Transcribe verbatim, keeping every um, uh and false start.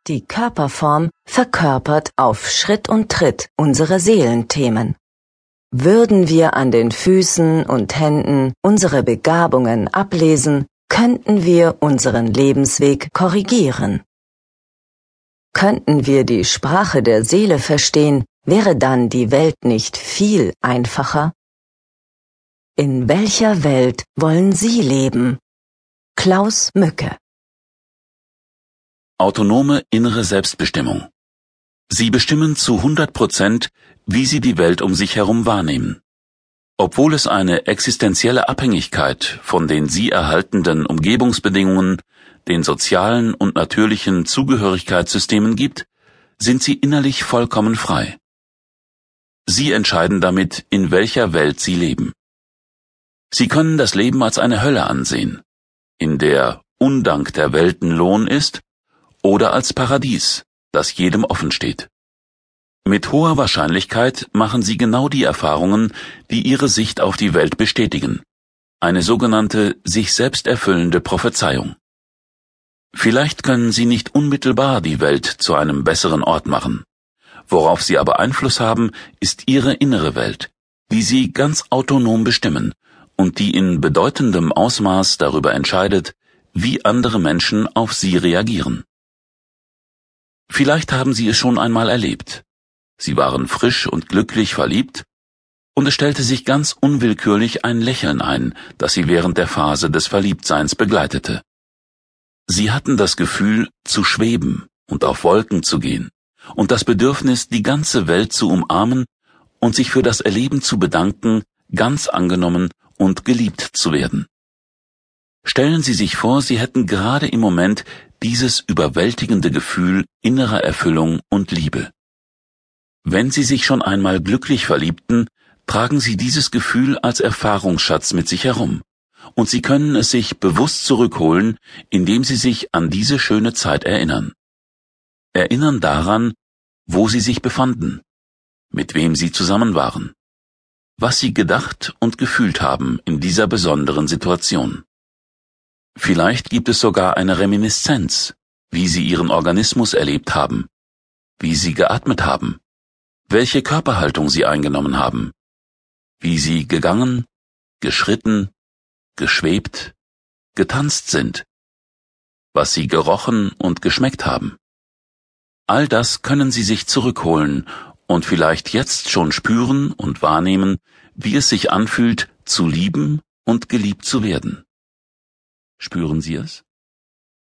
Die Körperform verkörpert auf Schritt und Tritt unsere Seelenthemen. Würden wir an den Füßen und Händen unsere Begabungen ablesen, könnten wir unseren Lebensweg korrigieren. Könnten wir die Sprache der Seele verstehen, wäre dann die Welt nicht viel einfacher? In welcher Welt wollen Sie leben? Klaus Mücke. Autonome innere Selbstbestimmung. Sie bestimmen zu hundert Prozent, wie Sie die Welt um sich herum wahrnehmen. Obwohl es eine existenzielle Abhängigkeit von den Sie erhaltenden Umgebungsbedingungen, den sozialen und natürlichen Zugehörigkeitssystemen gibt, sind Sie innerlich vollkommen frei. Sie entscheiden damit, in welcher Welt Sie leben. Sie können das Leben als eine Hölle ansehen, in der Undank der Welten Lohn ist, oder als Paradies, das jedem offen steht. Mit hoher Wahrscheinlichkeit machen Sie genau die Erfahrungen, die Ihre Sicht auf die Welt bestätigen, eine sogenannte sich selbst erfüllende Prophezeiung. Vielleicht können Sie nicht unmittelbar die Welt zu einem besseren Ort machen. Worauf Sie aber Einfluss haben, ist Ihre innere Welt, die Sie ganz autonom bestimmen und die in bedeutendem Ausmaß darüber entscheidet, wie andere Menschen auf Sie reagieren. Vielleicht haben Sie es schon einmal erlebt. Sie waren frisch und glücklich verliebt, und es stellte sich ganz unwillkürlich ein Lächeln ein, das Sie während der Phase des Verliebtseins begleitete. Sie hatten das Gefühl, zu schweben und auf Wolken zu gehen, und das Bedürfnis, die ganze Welt zu umarmen und sich für das Erleben zu bedanken, ganz angenommen und geliebt zu werden. Stellen Sie sich vor, Sie hätten gerade im Moment dieses überwältigende Gefühl innerer Erfüllung und Liebe. Wenn Sie sich schon einmal glücklich verliebten, tragen Sie dieses Gefühl als Erfahrungsschatz mit sich herum, und Sie können es sich bewusst zurückholen, indem Sie sich an diese schöne Zeit erinnern. Erinnern daran, wo Sie sich befanden, mit wem Sie zusammen waren, was Sie gedacht und gefühlt haben in dieser besonderen Situation. Vielleicht gibt es sogar eine Reminiszenz, wie Sie Ihren Organismus erlebt haben, wie Sie geatmet haben, welche Körperhaltung Sie eingenommen haben, wie Sie gegangen, geschritten, geschwebt, getanzt sind, was Sie gerochen und geschmeckt haben. All das können Sie sich zurückholen und vielleicht jetzt schon spüren und wahrnehmen, wie es sich anfühlt, zu lieben und geliebt zu werden. Spüren Sie es?